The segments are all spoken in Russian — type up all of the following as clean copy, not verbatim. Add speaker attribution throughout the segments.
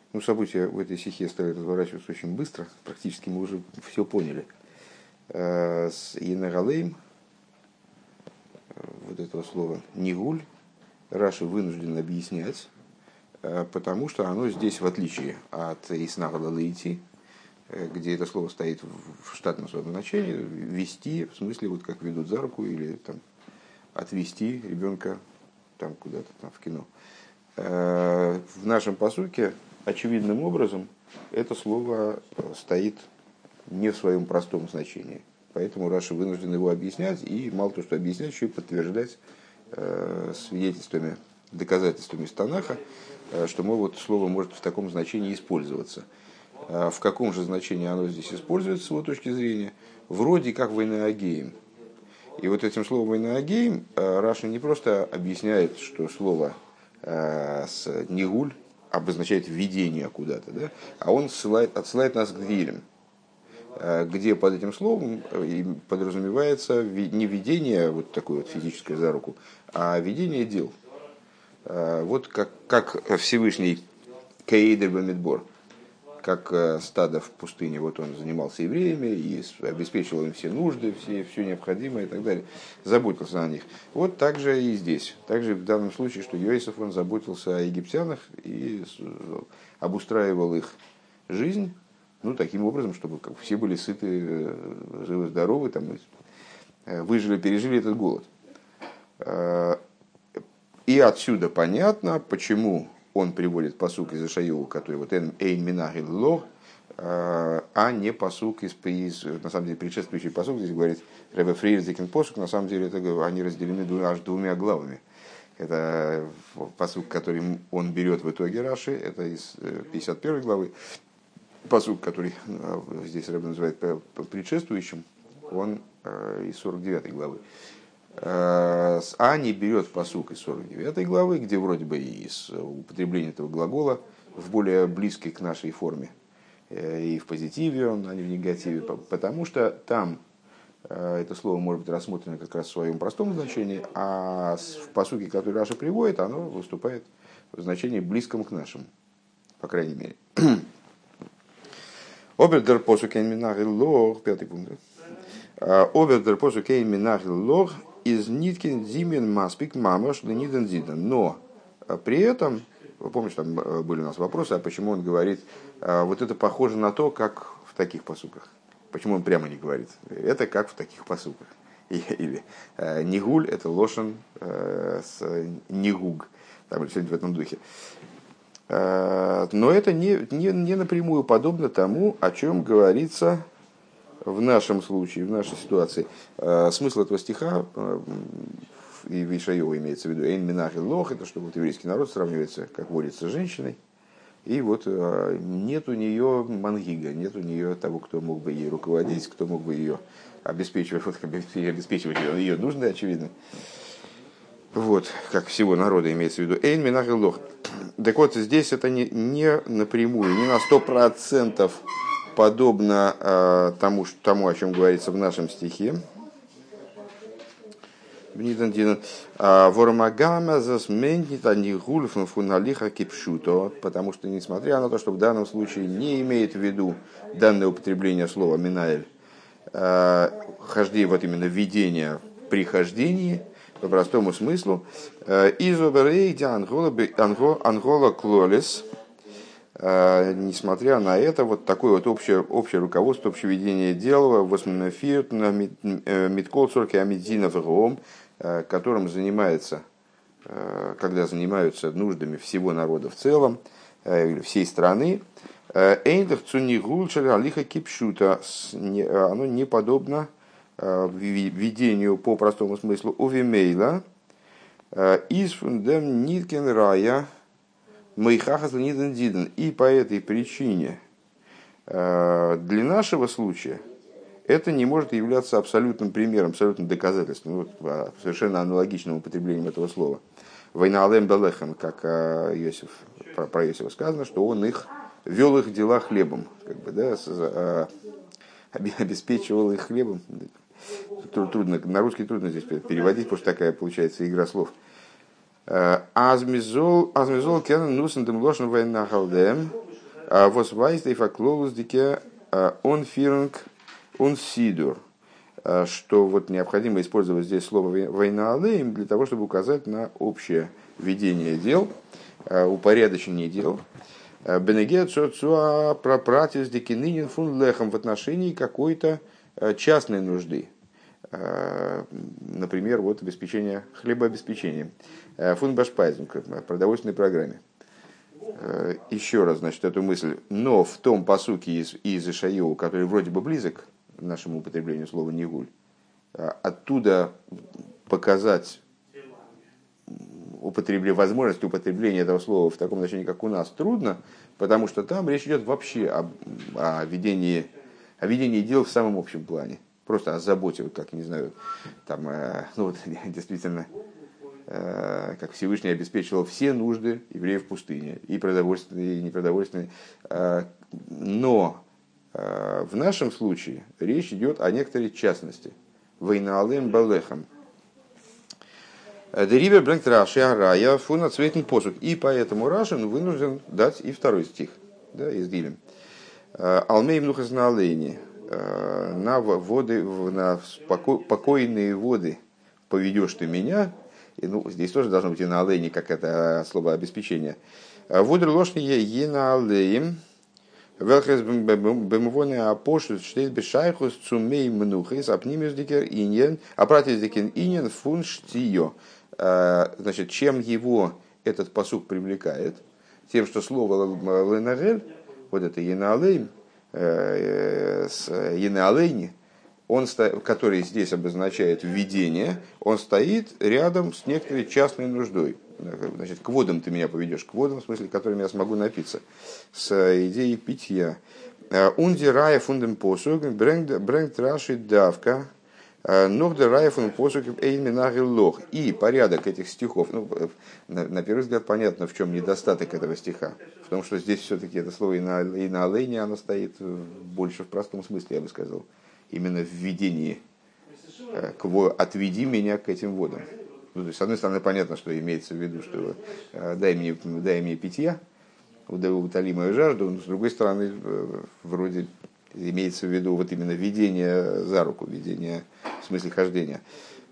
Speaker 1: Ну, события в этой стихе стали разворачиваться очень быстро, практически мы уже все поняли. С Инагалейм, вот этого слова «нигуль», Раши вынужден объяснять, потому что оно здесь, в отличие от Иснагала Лейти, где это слово стоит в штатном своем значении, вести, в смысле, вот как ведут за руку, или там, отвести ребенка там, куда-то там, в кино. В нашем пасуке очевидным образом это слово стоит не в своем простом значении. Поэтому Раши вынужден его объяснять, и мало того, что объяснять, еще и подтверждать свидетельствами, доказательствами из Танаха, что, мол, вот слово может в таком значении использоваться. В каком же значении оно здесь используется, с его точки зрения? Вроде как войноагеем. И вот этим словом войноагеем Раши не просто объясняет, что слово с нигуль обозначает введение куда-то, да? А он отсылает нас к Дилем, где под этим словом подразумевается не ведение вот такое вот физическое за руку, а ведение дел. Вот как Всевышний Каэйдер Бамидбор, как стадо в пустыне, вот он занимался евреями и обеспечивал им все нужды, все необходимое и так далее, заботился о них. Вот так же и здесь. Также в данном случае, что Йосеф, он заботился о египтянах и обустраивал их жизнь, ну, таким образом, чтобы все были сыты, живы, здоровы, там, выжили, пережили этот голод. И отсюда понятно, почему он приводит пасук из Ишайяу, который вот «Эйн минахи лох», а не пасук из, на самом деле, предшествующий пасук, здесь говорит Ребе Фрейр Зикен посук, на самом деле это, они разделены аж двумя главами. Это пасук, который он берет в итоге Раши, это из 51 главы. Пасук, который здесь Ребе называет предшествующим, он из 49 главы. Ани берет пасук из 49 главы, где вроде бы из употребления этого глагола в более близкой к нашей форме, и в позитиве он, а не в негативе, потому что там это слово может быть рассмотрено как раз в своем простом значении, а в пасуке, который Раша приводит, оно выступает в значении близком к нашему, по крайней мере. Обердер посукейн минахи лох, пятый пункт. Обердер посукейн минахи лох из ниткин зимен маспик мамаш лениден зидан. Но при этом, вы помните, там были у нас вопросы, а почему он говорит, вот это похоже на то, как в таких пасуках. Почему он прямо не говорит? Это как в таких пасуках. Или нигуль, это лошен с нигуг. Там что-нибудь в этом духе. Но это не напрямую подобно тому, о чем говорится в нашем случае, в нашей ситуации. Смысл этого стиха, и в Ишайяу имеется в виду, «Эйн минахи лох», это что вот еврейский народ сравнивается, как водится, с женщиной, и вот нет у нее мангига, нет у нее того, кто мог бы ей руководить, кто мог бы ее обеспечивать ее нужды, очевидно. Вот, как всего народа имеется в виду. «Эйн минахи лох». Так вот, здесь это не напрямую, не на 100% подобно тому, о чем говорится в нашем стихе. Вормагама засменит они гульфом фуналиха кипшуто, потому что, несмотря на то, что в данном случае не имеет в виду данное употребление слова минаэль, хождение, вот именно введение при хождении, по простому смыслу, изобрейди ангола клолес. Несмотря на это, вот такое вот общее руководство, общее ведение дела, восьминофирт на миткол цорки амидзинов гом, которым занимается, когда занимаются нуждами всего народа в целом, или всей страны, эйндах цунигул алиха кипшута, оно не подобно ведению по простому смыслу увимейла из фундем ниткен рая. И по этой причине для нашего случая это не может являться абсолютным примером, абсолютным доказательством, вот, совершенно аналогичным употреблением этого слова. Войналем белехем, как про Иосифа сказано, что он вел их дела хлебом, как бы, да, обеспечивал их хлебом. Трудно, на русский трудно здесь переводить, потому что такая получается игра слов. Азмизол кен нусендем лошен войнахалдем Was weiß der Факлолусдике он фирнг он сидур, что вот необходимо использовать здесь слово войнаалеем для того, чтобы указать на общее ведение дел, упорядочение дел. Бенегет соцуа пропратис дикининин фун лехом в отношении какой-то частной нужды. Например, вот обеспечение, хлебообеспечением. Фун башпайзен, продовольственной программе. Еще раз, значит, эту мысль. Но в том пасуке из Ишайоу, который вроде бы близок к нашему употреблению слова «нигуль», оттуда показать возможность употребления этого слова в таком значении, как у нас, трудно, потому что там речь идет вообще о ведении дел в самом общем плане. Просто о заботе, вот как, не знаю, там, ну вот, действительно, как Всевышний обеспечивал все нужды евреев в пустыне, и продовольственные, и непродовольственные. Но в нашем случае речь идет о некоторой частности. Вейнаалем балехам. Дерибер брэнгт Раши арая фуна цветный посуд. И поэтому Рашин вынужден дать и второй стих, да, из Дилем. Алмей мнухас на олени. На воды, на покойные воды поведешь ты меня. И, ну, здесь тоже должно быть и на олени, как это слово обеспечение. Водер ложный е на олеем. Велхес бемвоне апошлют штейт бешайхус цумей мнухис апнимиус дикер иньен апратис дикер иньен фун штио. Значит, чем его этот пасук привлекает? Тем, что слово ленагель, вот это енаалейм, енаалейни, он, который здесь обозначает введение, он стоит рядом с некоторой частной нуждой. Значит, к водам ты меня поведешь, к водам, в смысле, которыми я смогу напиться, с идеей питья. Унди рая фундем посуг, брэнгт раши давка, ногде рая фундем посуг, эйн лох. И порядок этих стихов, ну, на первый взгляд понятно, в чем недостаток этого стиха. В том, что здесь все-таки это слово и на олене, оно стоит больше в простом смысле, я бы сказал. Именно в введении, отведи меня к этим водам. Ну, то есть, с одной стороны, понятно, что имеется в виду, что дай мне питья, утоли мою жажду, но с другой стороны, вроде имеется в виду вот именно ведение за руку, ведение в смысле хождения.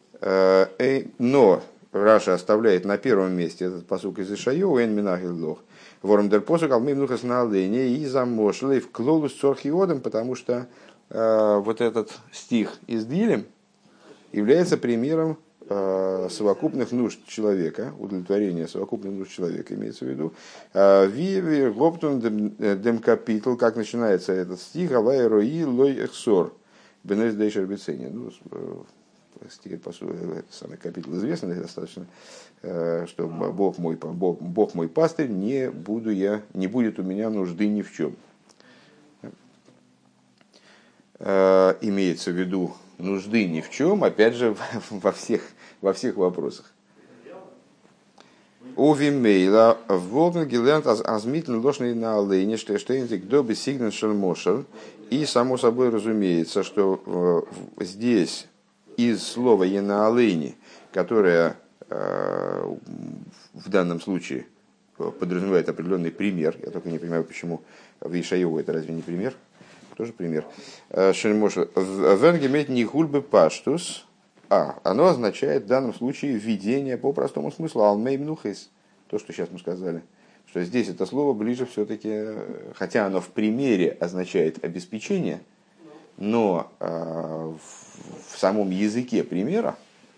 Speaker 1: Но Раша оставляет на первом месте этот пасук из Ишайо, «Эн минахил лох». Вором дер посук, алмим нухас на олене, и замошлей в клолус цорхиодом, потому что вот этот стих из Дилем является примером совокупных нужд человека, удовлетворения совокупных нужд человека, имеется в виду. Виви гоптун дем капитал, как начинается этот стих, авай рои лой эхсор, бенес дейшер бецени. Ну, стих, это самый капитал известный достаточно, что Бог мой пастырь, не будет у меня нужды ни в чем. Имеется в виду нужды ни в чем, опять же, во всех вопросах. Увимейла в Волгеленд азмитн ложный на олене, штейнтик доби сигнен шельмошер. И само собой разумеется, что здесь из слова «ена олене», которое в данном случае подразумевает определенный пример, я только не понимаю, почему в Ишайову это разве не пример? Тоже пример. Венгемет нигульбы паштус. Оно означает в данном случае введение по простому смыслу. Алмей мнухис. То, что сейчас мы сказали. Что здесь это слово ближе все-таки, хотя оно в примере означает обеспечение, но в самом языке примера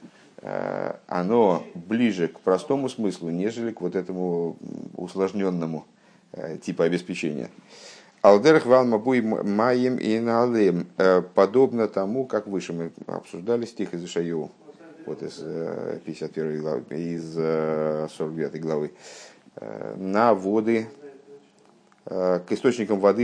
Speaker 1: оно ближе к простому смыслу, нежели к вот этому усложненному типу обеспечения. Алдерх валмабуй маем и налем, подобно тому, как выше мы обсуждали стих из Ишайоу, вот из 51 главы, из 49 главы, на воды, к источникам воды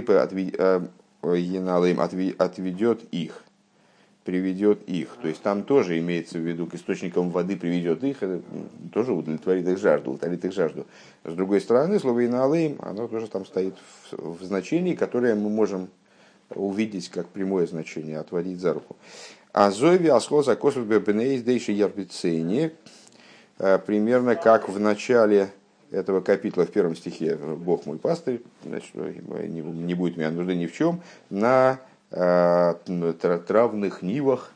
Speaker 1: отведет их, приведет их. То есть там тоже имеется в виду, к источникам воды приведет их, это тоже удовлетворит их жажду, утолит их жажду. С другой стороны, слово «инаалейм», оно тоже там стоит в значении, которое мы можем увидеть как прямое значение, отводить за руку. Азови асхоза косов бебенейс дейши ярбицейни, примерно как в начале этого капитла в первом стихе «Бог мой пастырь», значит, не будет у меня нужды ни в чем, на травных нивах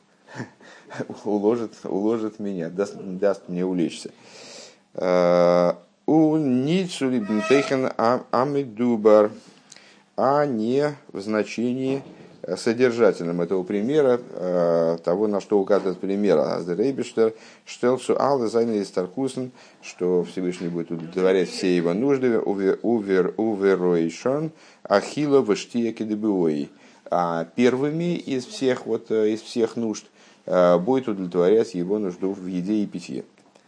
Speaker 1: уложит меня, даст мне улечься. У Ницули Бнтейхан Амидубар, а не в значении содержательном этого примера, того, на что указывает пример Аздерейбиштер, Штелцу Аллы Зайна Старкусен, что Всевышний будет удовлетворять все его нужды, уверойшон, ахило вштия кедебуой. А первыми из всех нужд будет удовлетворять его нужду в еде и питье.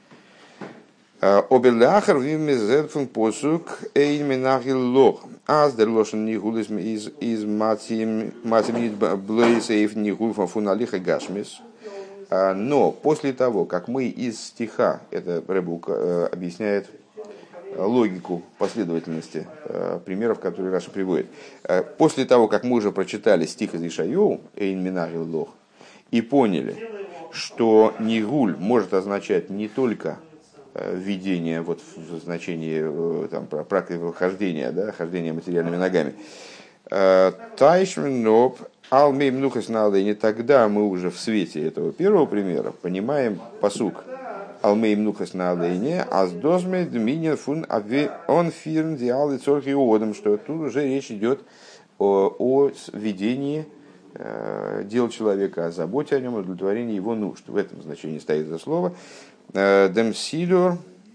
Speaker 1: Обелахар вимезерфун посук эйн менахил лох. Аз дер лошен нигул из матим блейсеев нигул фуналиха гашмис. Но после того, как мы из стиха, это Ребук объясняет логику последовательности примеров, которые Раша приводит. После того, как мы уже прочитали стих из Ишайоу эйн менахил лох и поняли, что нигуль может означать не только введение вот, в значении там, практики хождения, да, хождения материальными ногами. Тайшминоп алмей мнухас налейни, тогда мы уже в свете этого первого примера понимаем пасук алмей мнухас налейни, аздозме дминин фун он фирн диалы цорхи одам, что тут уже речь идет о ведении дел человека, о заботе о нем, о удовлетворении его нужд. В этом значении стоит это слово. Демсидор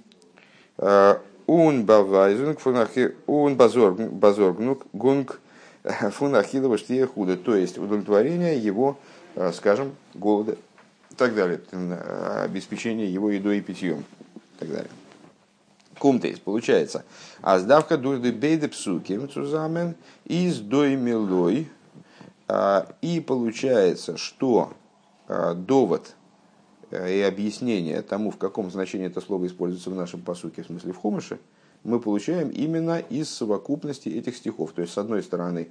Speaker 1: ун бавайзунг ун базоргнук гунг фунахилова штия худа, то есть удовлетворение его, скажем, голода и так далее, обеспечение его едой и питьем и так далее. Кумтейс получается. А сдавка дурды бейде псуким цузамен из доймилой. И получается, что довод и объяснение тому, в каком значении это слово используется в нашем пасуке, в смысле в Хумаше, мы получаем именно из совокупности этих стихов. То есть, с одной стороны,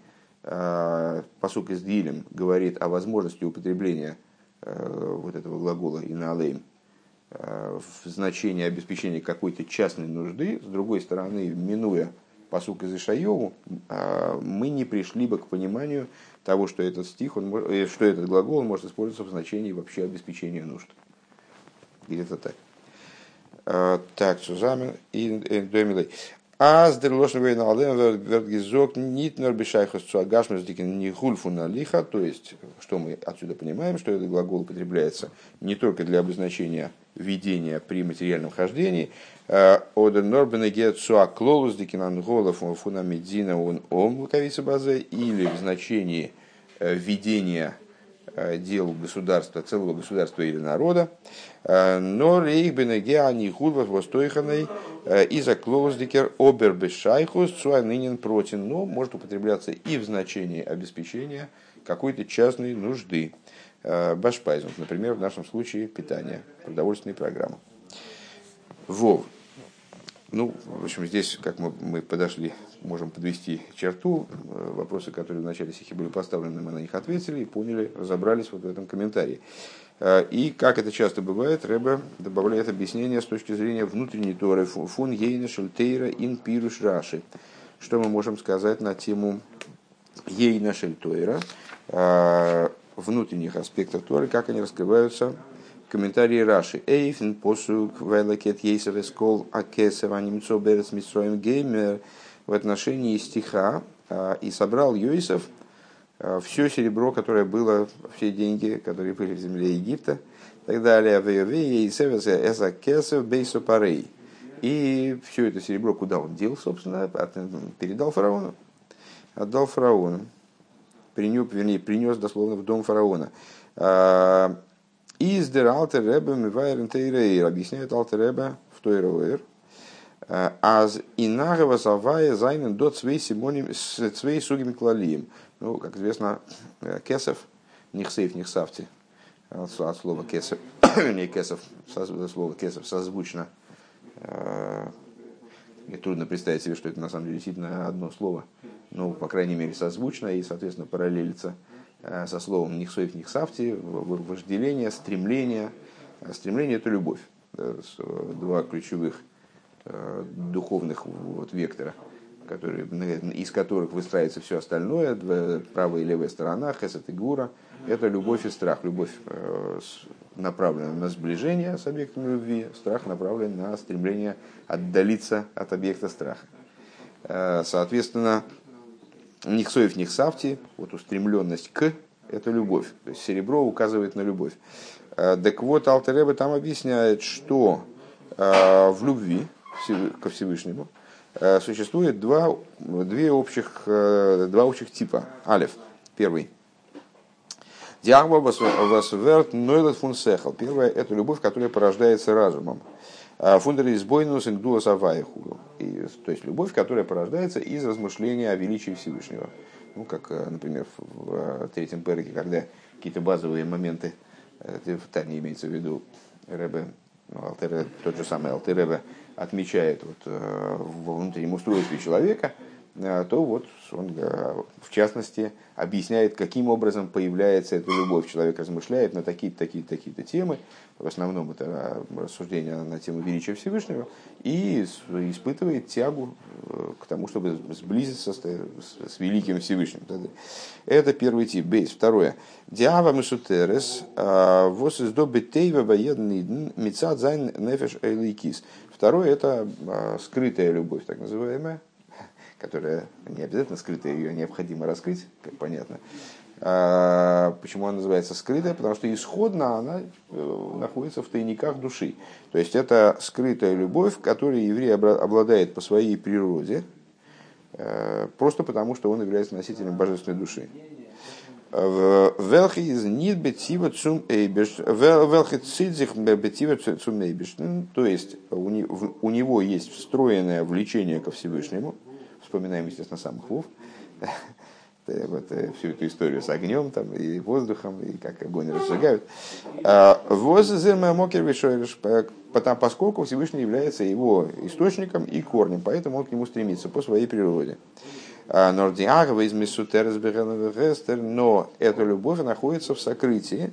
Speaker 1: пасук из Дилем говорит о возможности употребления вот этого глагола «инаалейм» в значении обеспечения какой-то частной нужды. С другой стороны, минуя пасук из Ишайову, мы не пришли бы к пониманию того, что этот стих, что этот глагол может использоваться в значении вообще обеспечения нужд. Где-то так. Так, Сузамен и Домилей. Аз дер лошен вейн алдем вертгизок нитнер бешайхус цуагашмес дикен нихульфуна лиха. То есть, что мы отсюда понимаем, что этот глагол употребляется не только для обозначения ведения при материальном хождении. Одер норбенеге цуаклолус дикен анголов фунамедзина он ом луковица базе, или в значении ведения дел государства, целого государства или народа, но рейхбенеге они худвас востойханой и заклоуздикер обербешайхус цуанынин протин, но может употребляться и в значении обеспечения какой-то частной нужды. Башпайзен, например, в нашем случае питание, продовольственные программы. Вов. Ну, в общем, здесь, как мы подошли, можем подвести черту. Вопросы, которые в начале стихи были поставлены, мы на них ответили и поняли, разобрались вот в этом комментарии. И, как это часто бывает, Ребе добавляет объяснение с точки зрения внутренней Торы. Фун ейна шельтейра ин пируш раши. Что мы можем сказать на тему ейна шельтейра, внутренних аспектов Торы, как они раскрываются в комментарии Раши. Эйфен посук вайлакет ейсер эскол акесер анимцо берец митсроем геймер, в отношении стиха «И собрал Йосеф все серебро, которое было, все деньги, которые были в земле Египта», и так далее. И все это серебро куда он дел, собственно, передал фараону, отдал фараону, принес дословно в дом фараона. Издер Алтер Ребе Мивайрен Тейрейр, объясняет Алтер Ребе в Тойроэр. Аз инагова завая зайнен до цвей сугими клалием. Ну, как известно, кесов, нихсейф, нихсавти, от слова кесов, не кесов, слово кесов созвучно. Мне трудно представить себе, что это на самом деле действительно одно слово. Ну, по крайней мере, созвучно и, соответственно, параллелится со словом нихсейф, нихсавти, вожделение, стремление. Стремление – это любовь. Два ключевых духовных вот, вектора, из которых выстраивается все остальное, правая и левая сторона, хесед и гура, это любовь и страх. Любовь направлена на сближение с объектом любви, страх направлен на стремление отдалиться от объекта страха. Соответственно, нихсоев нихсавти, вот устремленность к, это любовь. То есть серебро указывает на любовь. Так вот, Алтер Ребе там объясняет, что в любви ко Всевышнему существует два общих типа. Алеф, первый. Диагва восверт нойлет фун сехал. Первое – это любовь, которая порождается разумом. Фундер избойнус ингдуас авайху. То есть любовь, которая порождается из размышления о величии Всевышнего. Ну, как, например, в третьем переке, когда какие-то базовые моменты, в Тане имеется в виду, Ребе, тот же самый Алтер Ребе отмечает вот, во внутреннем устройстве человека, то вот он, в частности, объясняет, каким образом появляется эта любовь. Человек размышляет на такие-то темы, в основном это рассуждение на тему величия Всевышнего, и испытывает тягу к тому, чтобы сблизиться с великим Всевышним. Это первый тип, бейс. Второе. Диава мисутерес вос издо бетейва воедн мицад зайн нефеш эйликис. Второе – это скрытая любовь, так называемая, которая не обязательно скрытая, ее необходимо раскрыть, как понятно. Почему она называется скрытая? Потому что исходно она находится в тайниках души. То есть это скрытая любовь, которой еврей обладает по своей природе, просто потому, что он является носителем божественной души. То есть у него есть встроенное влечение ко Всевышнему. Вспоминаем, естественно, сам Хвов, вот, всю эту историю с огнем там, и воздухом, и как огонь разжигают. Поскольку Всевышний является его источником и корнем, поэтому он к нему стремится по своей природе. Но эта любовь находится в сокрытии.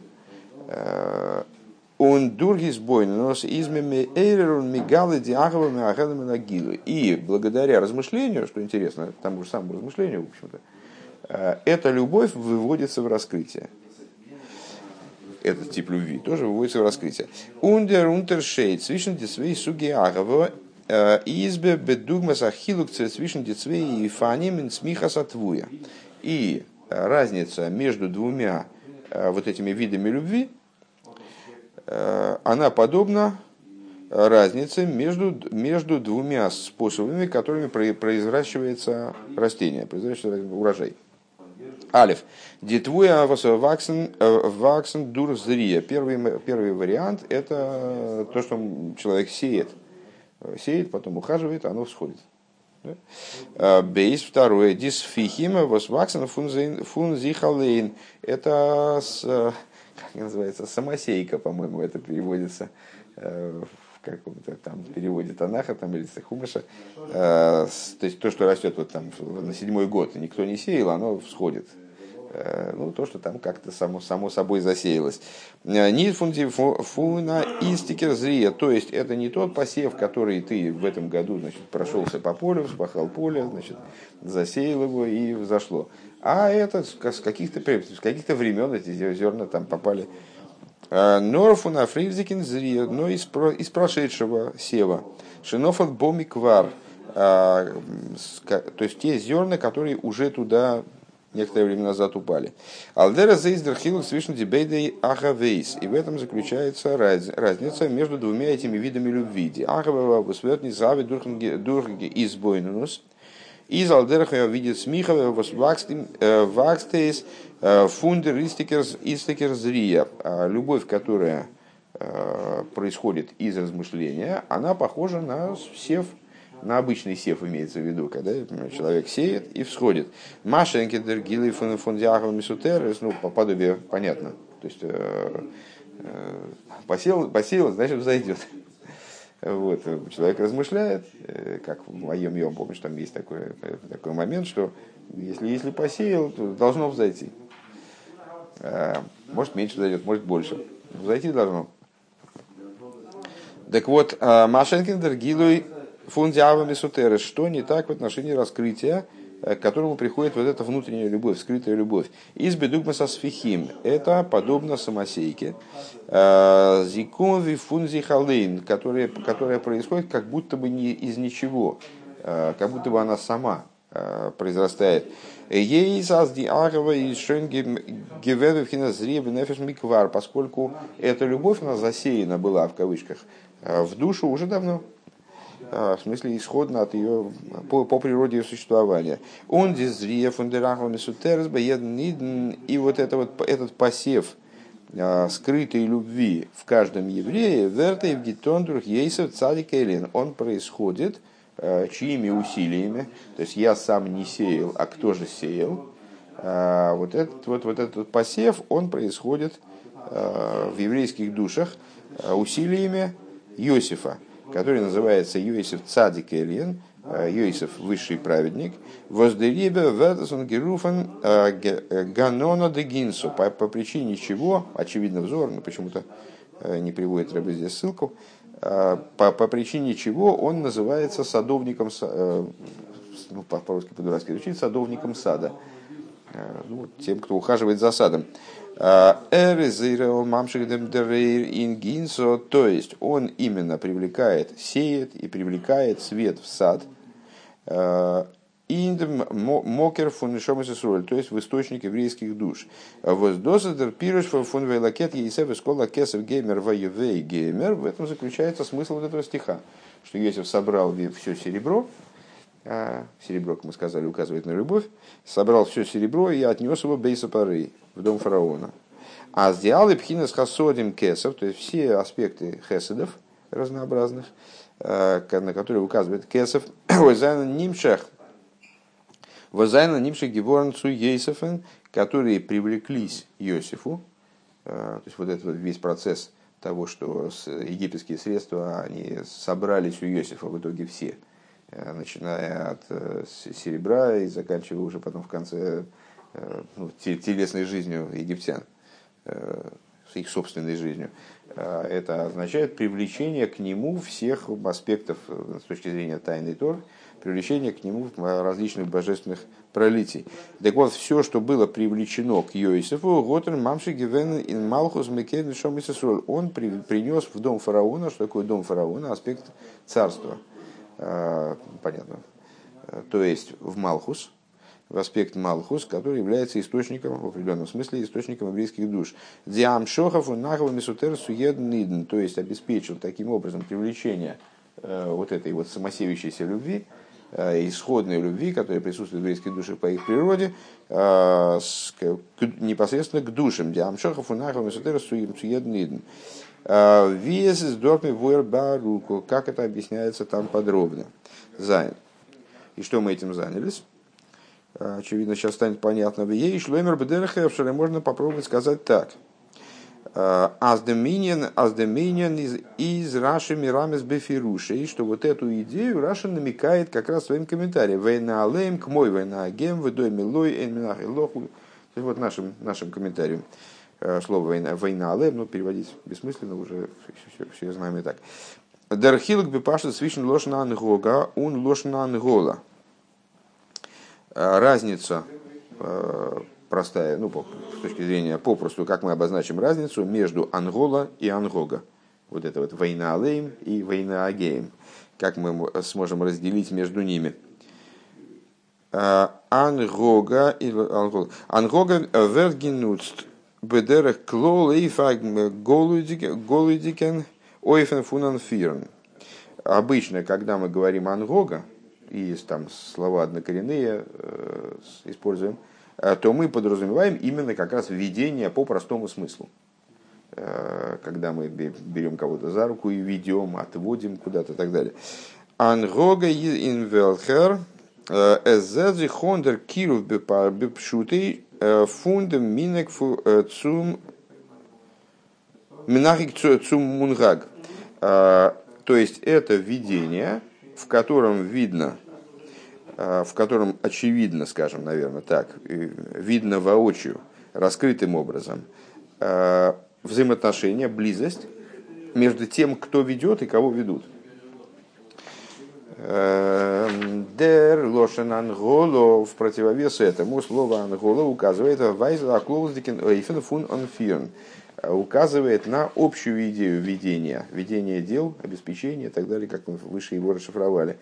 Speaker 1: И благодаря размышлению, что интересно, тому же самому размышлению, в общем-то, эта любовь выводится в раскрытие. Этот тип любви тоже выводится в раскрытие. И разница между двумя вот этими видами любви, она подобна разнице между двумя способами, которыми произращивается растение, произращивается урожай. Алиф. Детвуя ваксен дур зрия. Первый вариант – это то, что человек сеет. Сеет, потом ухаживает, оно всходит. Бейс. Второе. Дисфихима восваксен фунзихалейн. Это, как называется, самосейка, по-моему, это переводится в каком-то там переводе Танаха там, или Хумаша. То есть то, что растет вот там на 7-й год, никто не сеял, оно всходит. Ну, то, что там как-то само собой засеялось. Нит фуна инстикер зрия, то есть это не тот посев, который ты в этом году, значит, прошелся по полю, вспахал поле, значит, засеял его и взошло. А это с каких-то времен эти зерна там попали. Норфуна фризикин зрия, но из прошедшего сева. Шинофат бомиквар, то есть те зерна, которые уже туда некоторое время назад упали. Алдера зейздер хилук свишн дебейдей ахавейс. И в этом заключается разница между двумя этими видами любви. Ахавева восвертни зави дурхги избойнунус. Из алдерха видит смихове вакстейс фундер истикер зрия. Любовь, которая происходит из размышления, она похожа на сев. На обычный сев имеется в виду, когда человек сеет и всходит. Машеньки дергилы фон диагов мисутерес, ну, по подобию понятно. То есть посеял, значит взойдет. Вот. Человек размышляет, как в моем йом, помнишь, там есть такой момент, что если посеял, то должно взойти. Может меньше зайдет, может больше. Взойти должно. Так вот, Машенькин дергилуй фундиавами сутеры, что не так в отношении раскрытия, к которому приходит вот эта внутренняя любовь, скрытая любовь. Из бедугма со сфихим. Это подобно самосейке. Зикови фунзи халейн, которая происходит как будто бы не из ничего, как будто бы она сама произрастает. Ей сазди агава и шенгевевхина зреб нефеш миквар, поскольку эта любовь, она засеяна была в кавычках в душу уже давно. В смысле исходно от ее по природе ее существования. Он дизрия фундерахлами сутерс и вот этот посев скрытой любви в каждом еврее верта в гитондрух ейсов цадик элин, он происходит чьими усилиями, то есть я сам не сеял, а кто же сеял? Вот этот посев, он происходит в еврейских душах усилиями Йосифа, который называется Йосиф Цадик Эльен, Йосиф высший праведник, воздерибе вердесон геруфен ганона де гинсу, по причине чего, очевидно взор, но почему-то не приводит Рэбе здесь ссылку, по причине чего он называется садовником, ну, по-русски по-дурацки звучит, садовником сада, ну, тем, кто ухаживает за садом. То есть он именно привлекает, сеет и привлекает свет в сад, мокер фун шомасисроль, то есть в источник еврейских душ. Воздосадер пируш фун вейлакет ейсев из кола кесов геймер воевей геймер. В этом заключается смысл вот этого стиха, что Йосиф собрал все серебро, серебро, как мы сказали, указывает на любовь, собрал все серебро и отнес его бейсапары в дом фараона. А сделал пхинас хасодим кесов, то есть все аспекты хеседов разнообразных, на которые указывает кесов, возайна нимшах геворн цу ейсофен, которые привлеклись Йосифу, то есть вот этот вот весь процесс того, что египетские средства, они собрались у Йосифа в итоге все, начиная от серебра и заканчивая уже потом в конце телесной жизнью египтян, с их собственной жизнью. Это означает привлечение к нему всех аспектов с точки зрения тайной Торы, привлечение к нему различных божественных пролитий. Так вот, все, что было привлечено к Йосифу, Готер Мамши Гивен ин Малхус Мекейн Шом Исроль, он принес в дом фараона. Что такое дом фараона? Аспект царства. Понятно. То есть в Малхус, в аспект Малхус, который является источником, в определенном смысле, источником еврейских душ. Диам Шохов и Нахова Мисутер Суед Нидн, то есть обеспечил таким образом привлечение вот этой вот самосевящейся любви, исходной любви, которая присутствует в еврейских душах по их природе, непосредственно к душам. Диам Шохов и Нахова Мисутер Суед Нидн. Виес из дорми вуэрбаруку, как это объясняется там подробно. Зайн. И что мы этим занялись? Очевидно, сейчас станет понятно. Ей шлемер бедерхевшере, можно попробовать сказать так. Аздеминьян из Раши Мирамес Бефирушей, что вот эту идею Раша намекает как раз своим комментарием. Вейна алейм к мой вейна агем выдой милой энминах илоху. Вот нашим комментарием. Слово вейна алейм, но переводить бессмысленно, уже все знаем и так. Дархилк бепашет свишен лошна ангога, ун лошна ангола. Разница простая, с точки зрения попросту, как мы обозначим разницу между ангола и ангога. Вот это вот вейна алейм и вейна агеем. Как мы сможем разделить между ними. Ангога и ангола. Ангога вергенуцт бедерах клол и фаг голудикен ойфен фунан фирн. Обычно, когда мы говорим ангога, и есть там слова однокоренные, используем, то мы подразумеваем именно как раз введение по простому смыслу. Когда мы берем кого-то за руку и ведем, отводим куда-то и так далее. Ангога инвелхер эзэзи хондер кирув бепшутей фундем минек цум минахик цум мунгаг. То есть это видение, в котором видно, в котором очевидно, скажем, наверное, так, видно воочию, раскрытым образом, взаимоотношения, близость между тем, кто ведет и кого ведут. Дер лошен анголо, в противовес этому слово анголо указывает указывает на общую идею ведения дел, обеспечения и так далее, как мы выше его расшифровали.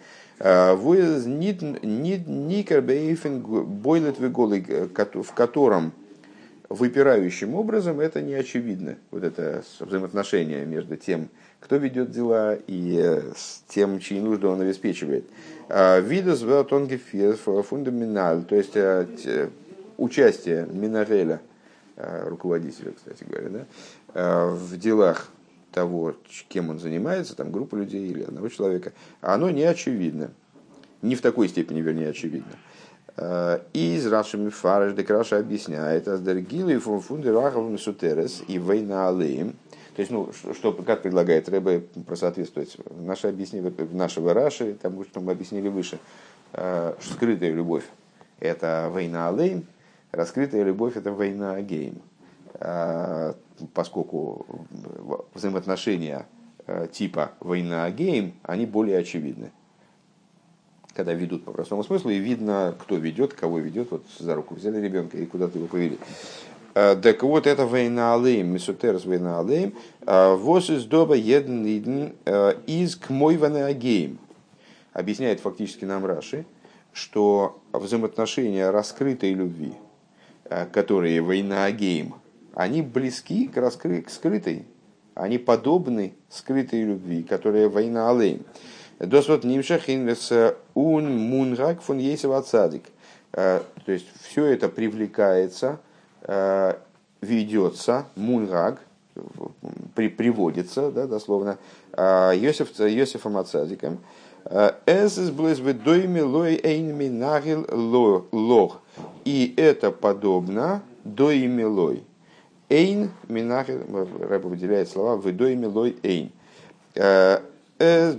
Speaker 1: В котором выпирающим образом это не очевидно. Вот это взаимоотношение между тем, кто ведет дела, и с тем, чьи нужды он обеспечивает. Видос фундаменталь, то есть участие Минареля, руководителя, кстати говоря, да, в делах того, кем он занимается, там группа людей или одного человека, оно не очевидно. Не в такой степени, вернее, очевидно. Из Раши Мифареш Декраша объясняет, Аздергилы фундерахов Сутерес и Вейна Алеем. То есть, что, как предлагает Ребе просоответствовать наше объяснение, нашего Раши, тому, что мы объяснили выше, что скрытая любовь – это Вейна Алеем, раскрытая любовь – это Вейна Агеем. Поскольку взаимоотношения типа Вейна Агеем, они более очевидны. Когда ведут по простому смыслу, и видно, кто ведет, кого ведет. Вот за руку взяли ребенка и куда-то его повели. Так вот, это Вейна Алейм, Мисутерс Вейна Алейм, вос из доба еден из кмойвана агеем. Объясняет фактически нам Раши, что взаимоотношения раскрытой любви, которые Вейна Агеем, они близки к скрытой, они подобны скрытой любви, которая Вейна Алейм. Досвот нимшах инвес ун мунгак фон ейсев цадик. То есть все это привлекается, ведется, мунгак, приводится, да, дословно, Йосифом Ацадиком. И это подобно доимилой. Эйн минахил, Рэб выделяет слова «выдоимилой эйн». Это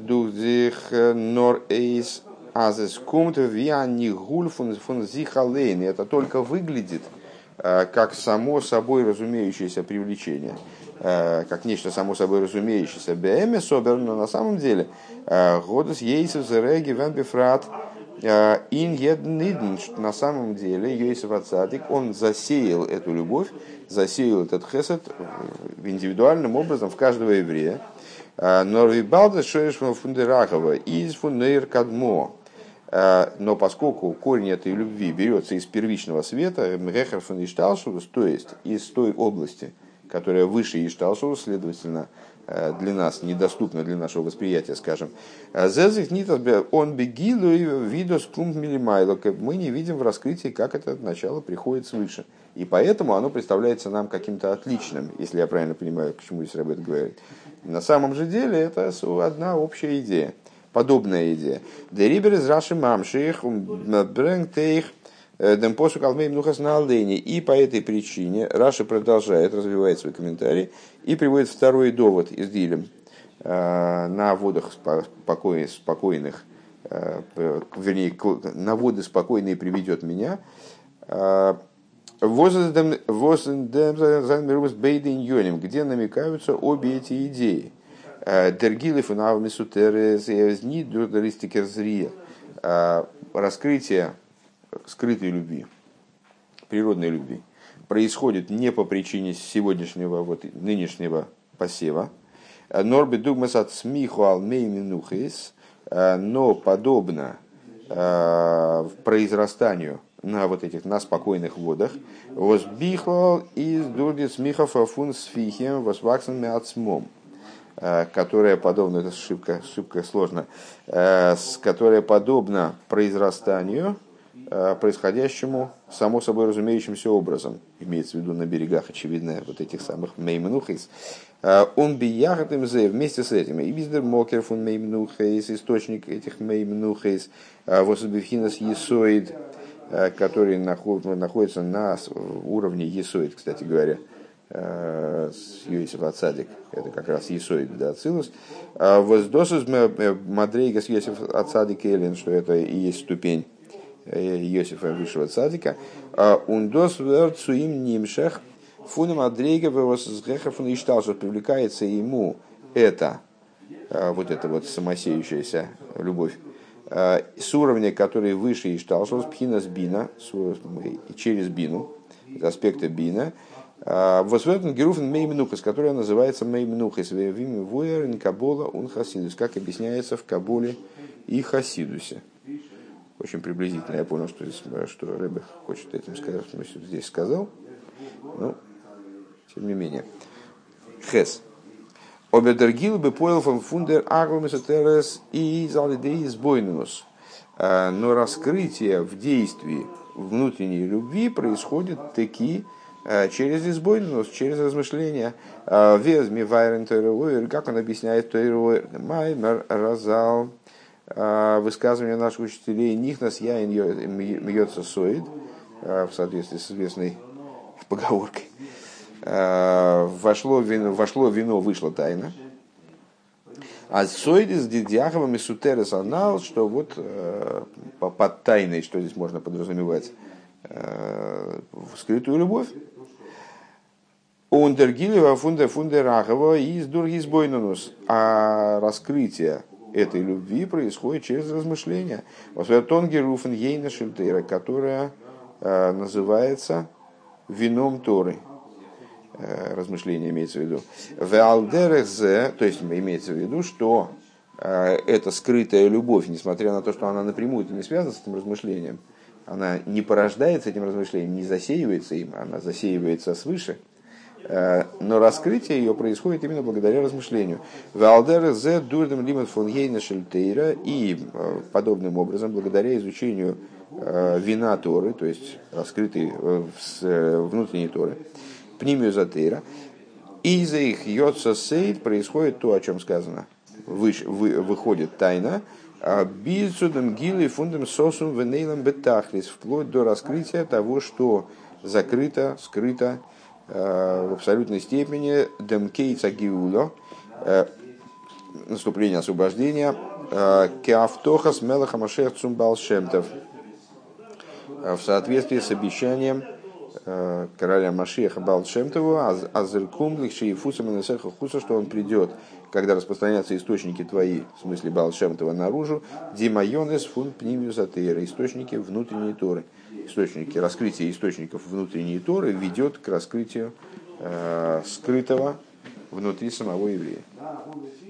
Speaker 1: только выглядит как само собой разумеющееся привлечение, как нечто само собой разумеющееся. Но на самом деле Годес Ейсев Зереги Венбифрат Ин Еднидн, на самом деле Йосиф Ацадик, он засеял эту любовь, засеял этот хесед индивидуальным образом в каждого еврея. Но поскольку корень этой любви берется из первичного света, то есть из той области, которая выше Ишталшус, следовательно, для нас недоступна для нашего восприятия, скажем, он бегилу видос кумт милимайло, мы не видим в раскрытии, как это начало приходит свыше. И поэтому оно представляется нам каким-то отличным, если я правильно понимаю, к чему здесь об этом говорит. На самом же деле это одна общая идея, подобная идея. Дерибер из Раши Мамших, Брэнгтейх, Демпосу Калмей Мнухас на Алдене. И по этой причине Раши продолжает, развивает свой комментарий и приводит второй довод из Дилем на водах спокойных, вернее, на воды спокойные приведет меня. Где намекаются обе эти идеи. Раскрытие скрытой любви, природной любви, происходит не по причине сегодняшнего, нынешнего посева, но подобно произрастанию на спокойных водах, возбихлал из дурдис михов фун сфихем восваксен меацмом, которая подобна, это ошибка сложно, которая подобна произрастанию, происходящему само собой разумеющимся образом, имеется в виду на берегах, очевидно, вот этих самых мейменухейс. Он биягат им вместе с этим. И биздер мокер фун мейменухейс, источник этих мейменухейс, восбивхинас есоид, который находится на уровне есоид, кстати говоря, с Йосиф Ацадик, это как раз есоид, да, ацилус. Воздосус мадрейга с Йосиф Ацадик элен, что это и есть ступень Йосифа высшего цадика. Ундос верцуим нимшах фунам адрейга вевосгеха фун ишталшус, привлекается ему это вот самосеющаяся любовь с уровня, который выше Ишталшус, пхинас бина, через бину, из аспекта бина, возведен геруфен меймнухас, которая называется меймнухас, вими вуэрин кабола ун хасидус, как объясняется в Каболе и Хасидусе. Очень приблизительно я понял, что Ребе хочет этим сказать, что здесь сказал. Но, тем не менее. Хес. Обедергил бы поел фундер агломесотерес и залидей сбойнус. Но раскрытие в действии внутренней любви происходит таки через избойнус, через размышления. Везми вайрен тойруэр, как он объясняет тойруэр, маймер разал. Высказывание наших учителей «Нихнас яин мьется соид», в соответствии с известной поговоркой. Вошло вино, вышла тайна. А соидис дидьяховым и сутерес анал, что вот под тайной, что здесь можно подразумевать, скрытую любовь. Ундергилева фундерахова из дургизбойнунус. А раскрытие этой любви происходит через размышления. Тонгеруфен ейна шельтейра, которая называется вином Торы. Размышление имеется в виду. Веалдерехзе, то есть имеется в виду, что эта скрытая любовь, несмотря на то, что она напрямую не связана с этим размышлением, она не порождается этим размышлением, не засеивается им, она засеивается свыше. Но раскрытие ее происходит именно благодаря размышлению. И подобным образом, благодаря изучению вина Торы, то есть раскрытой внутренней Торы, пнимиозатейра, из-за их йоца сейд происходит то, о чем сказано. Выходит тайна, бицудом гилы фундам сосум венейлом бетахлис, вплоть до раскрытия того, что закрыто, скрыто в абсолютной степени демкейца гиуло, наступление освобождения, кеавтохас мелаха машех цумбал шемтов, в соответствии с обещанием короля Машеха Баал Шемтову, азеркум лихшиефусам и насеха хуса, что он придет, когда распространятся источники твои, в смысле Баал Шемтова, наружу, димайонес фун пнимиусатейра, источники внутренней Торы. Источники, раскрытие источников внутренней Торы ведет к раскрытию скрытого внутри самого еврея.